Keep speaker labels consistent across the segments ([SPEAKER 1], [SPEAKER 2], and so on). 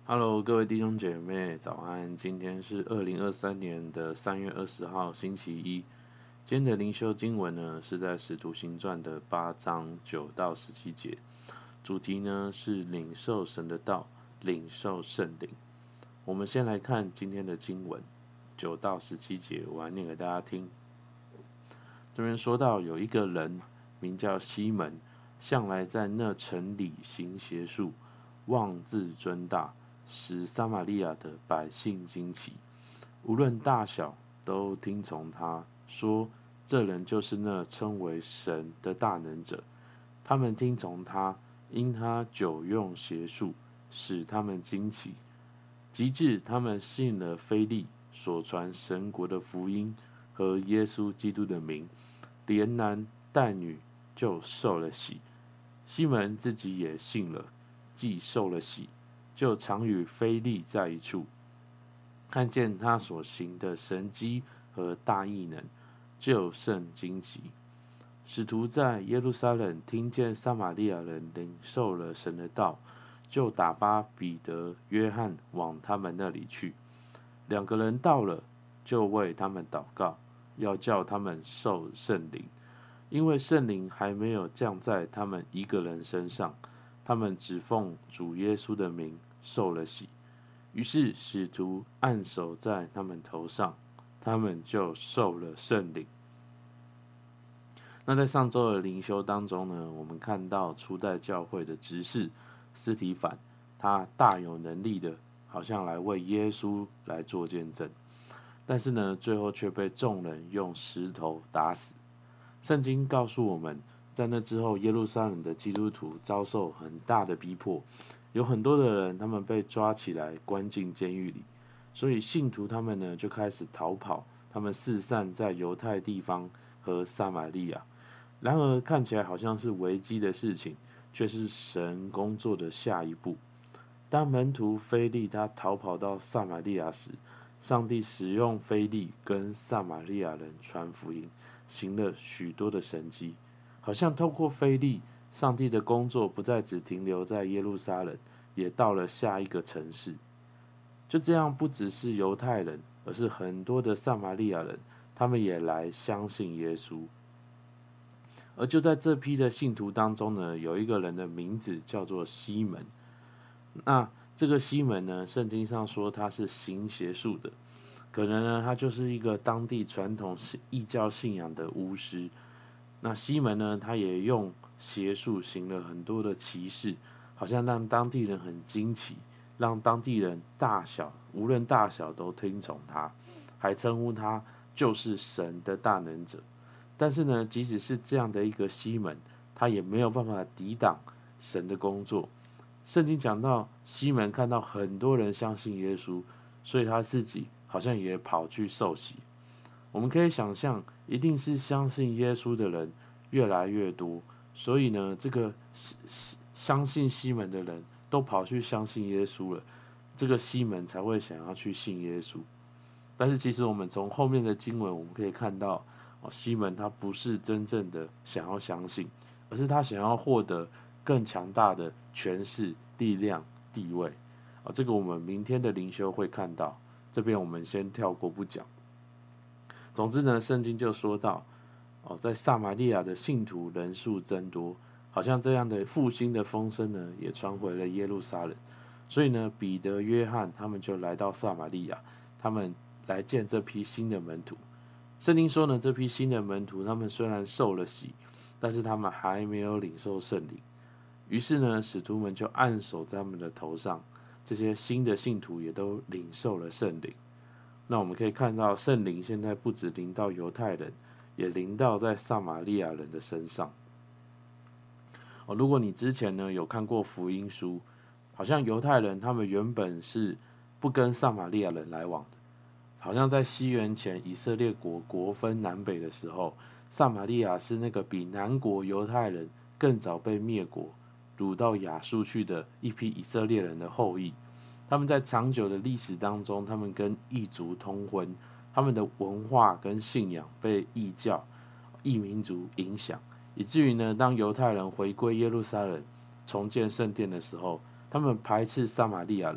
[SPEAKER 1] Hello，各位弟兄姐妹，早安！今天是2023年的3月20号，星期一。今天的灵修经文呢，是在《使徒行传》的8章9到17节，主题呢是领受神的道，领受圣灵。我们先来看今天的经文9到17节，我来念给大家听。这边说到有一个人名叫西门，向来在那城里行邪术，妄自尊大，使撒玛利亚的百姓惊奇，无论大小都听从他，说这人就是那称为神的大能者。他们听从他，因他久用邪术，使他们惊奇。及至他们信了腓力所传神国的福音和耶稣基督的名，连男带女就受了洗。西门自己也信了，既受了洗，就常与腓力在一处，看见他所行的神迹和大异能，就甚惊奇。使徒在耶路撒冷听见撒玛利亚人领受了神的道，就打发彼得、约翰往他们那里去。两个人到了，就为他们祷告，要叫他们受圣灵，因为圣灵还没有降在他们一个人身上，他们只奉主耶稣的名受了洗。于是使徒按手在他们头上，他们就受了圣灵。那在上周的灵修当中呢，我们看到初代教会的执事司提反，他大有能力的，好像来为耶稣来做见证，但是呢，最后却被众人用石头打死。圣经告诉我们，在那之后，耶路撒冷的基督徒遭受很大的逼迫，有很多的人他们被抓起来关进监狱里，所以信徒他们呢就开始逃跑，他们四散在犹太地方和撒玛利亚。然而看起来好像是危机的事情，却是神工作的下一步。当门徒腓力他逃跑到撒玛利亚时，上帝使用腓力跟撒玛利亚人传福音，行了许多的神迹，好像透过腓力，上帝的工作不再只停留在耶路撒冷，也到了下一个城市。就这样，不只是犹太人，而是很多的撒玛利亚人，他们也来相信耶稣。而就在这批的信徒当中呢，有一个人的名字叫做西门。那这个西门呢，圣经上说他是行邪术的，可能呢他就是一个当地传统异教信仰的巫师。那西门呢，他也用邪术行了很多的奇事，好像让当地人很惊奇，让当地人无论大小都听从他，还称呼他就是神的大能者。但是呢，即使是这样的一个西门，他也没有办法抵挡神的工作。圣经讲到西门看到很多人相信耶稣，所以他自己好像也跑去受洗。我们可以想象，一定是相信耶稣的人越来越多，所以呢，这个相信西门的人都跑去相信耶稣了，这个西门才会想要去信耶稣。但是其实我们从后面的经文我们可以看到，西门他不是真正的想要相信，而是他想要获得更强大的权势、力量、地位。这个我们明天的灵修会看到，这边我们先跳过不讲。总之呢，圣经就说到，在撒玛利亚的信徒人数增多，好像这样的复兴的风声呢，也传回了耶路撒冷。所以呢，彼得、约翰他们就来到撒玛利亚，他们来见这批新的门徒。圣经说呢，这批新的门徒他们虽然受了洗，但是他们还没有领受圣灵。于是呢，使徒们就按手在他们的头上，这些新的信徒也都领受了圣灵。那我们可以看到，圣灵现在不止临到犹太人，也临到在撒玛利亚人的身上。如果你之前呢有看过福音书，好像犹太人他们原本是不跟撒玛利亚人来往的，好像在西元前以色列国分南北的时候，撒玛利亚是那个比南国犹太人更早被灭国，掳到亚述去的一批以色列人的后裔。他们在长久的历史当中，他们跟异族通婚，他们的文化跟信仰被异教、异民族影响，以至于呢，当犹太人回归耶路撒冷重建圣殿的时候，他们排斥撒玛利亚人，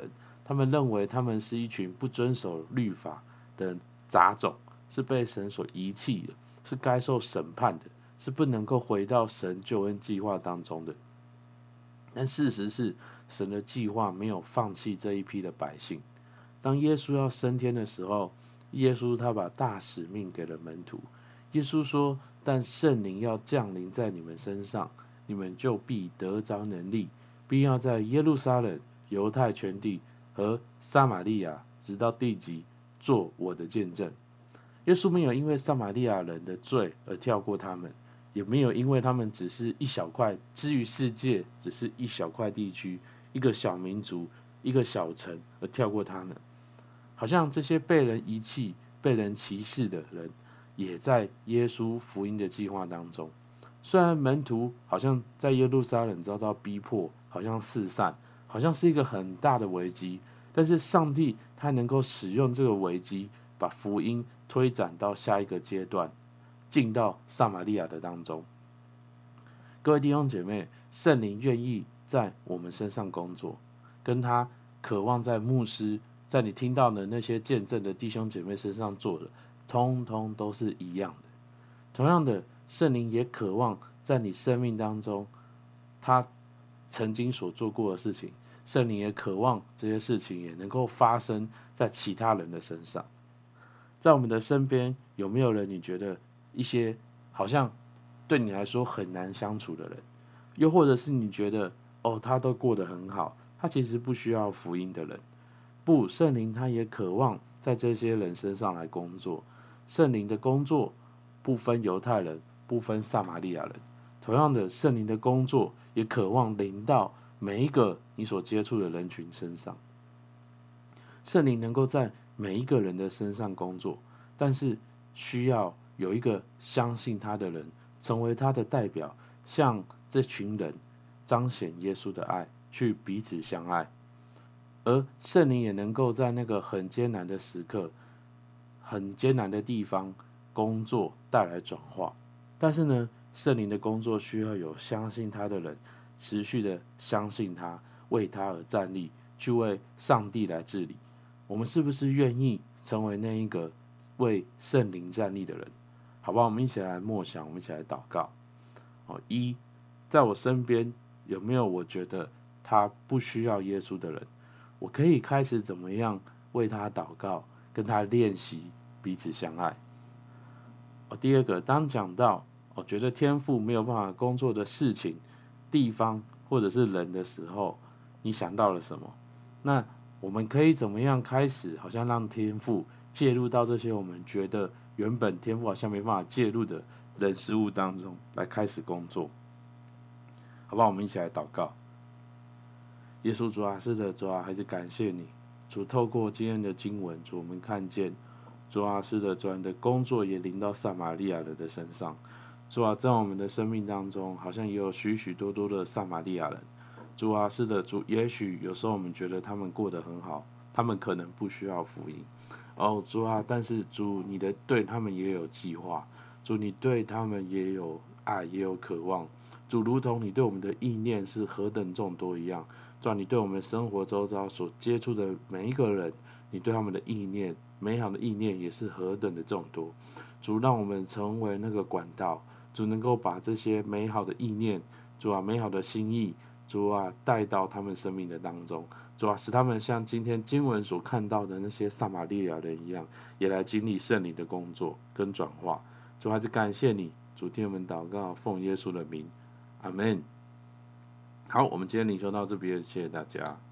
[SPEAKER 1] 他们认为他们是一群不遵守律法的杂种，是被神所遗弃的，是该受审判的，是不能够回到神救恩计划当中的。但事实是，神的计划没有放弃这一批的百姓。当耶稣要升天的时候，耶稣他把大使命给了门徒。耶稣说：但圣灵要降临在你们身上，你们就必得着能力，并要在耶路撒冷、犹太全地和撒玛利亚直到地极做我的见证。耶稣没有因为撒玛利亚人的罪而跳过他们，也没有因为他们只是一小块，之于世界只是一小块地区、一个小民族、一个小城而跳过他们。好像这些被人遗弃、被人歧视的人，也在耶稣福音的计划当中。虽然门徒好像在耶路撒冷遭到逼迫，好像四散，好像是一个很大的危机，但是上帝他能够使用这个危机，把福音推展到下一个阶段，进到撒玛利亚的当中。各位弟兄姐妹，圣灵愿意在我们身上工作，跟他渴望在牧师，在你听到的那些见证的弟兄姐妹身上做的，通通都是一样的。同样的，圣灵也渴望在你生命当中，他曾经所做过的事情，圣灵也渴望这些事情也能够发生在其他人的身上。在我们的身边，有没有人你觉得一些好像对你来说很难相处的人，又或者是你觉得他都过得很好，他其实不需要福音的人？不，圣灵他也渴望在这些人身上来工作。圣灵的工作不分犹太人，不分撒玛利亚人。同样的，圣灵的工作也渴望临到每一个你所接触的人群身上。圣灵能够在每一个人的身上工作，但是需要有一个相信他的人，成为他的代表，向这群人彰显耶稣的爱，去彼此相爱。而圣灵也能够在那个很艰难的时刻、很艰难的地方工作，带来转化。但是呢，圣灵的工作需要有相信他的人，持续的相信他，为他而站立，去为上帝来治理。我们是不是愿意成为那一个为圣灵站立的人？好不好？我们一起来默想，我们一起来祷告。在我身边有没有我觉得他不需要耶稣的人？我可以开始怎么样为他祷告，跟他练习彼此相爱。第二个，当讲到觉得天父没有办法工作的事情、地方或者是人的时候，你想到了什么？那我们可以怎么样开始，好像让天父介入到这些我们觉得原本天父好像没办法介入的人事物当中，来开始工作？好不好？我们一起来祷告。耶稣主啊，是的，主啊，还是感谢你，主透过今天的经文，主我们看见，主啊，是的，主你的工作也临到撒玛利亚人的身上，主啊，在我们的生命当中，好像也有许许多多的撒玛利亚人，主啊，是的，主，也许有时候我们觉得他们过得很好，他们可能不需要福音，主啊，但是主你的对他们也有计划，主你对他们也有爱，也有渴望，主如同你对我们的意念是何等众多一样。主啊，你对我们生活周遭所接触的每一个人，你对他们的意念，美好的意念也是何等的众多。主，让我们成为那个管道，主能够把这些美好的意念，主啊，美好的心意，主啊，带到他们生命的当中。主啊，使他们像今天经文所看到的那些撒玛利亚人一样，也来经历圣灵的工作跟转化。主，还是感谢你，主听我们祷告，奉耶稣的名，阿门。好，我们今天领修到这边，谢谢大家。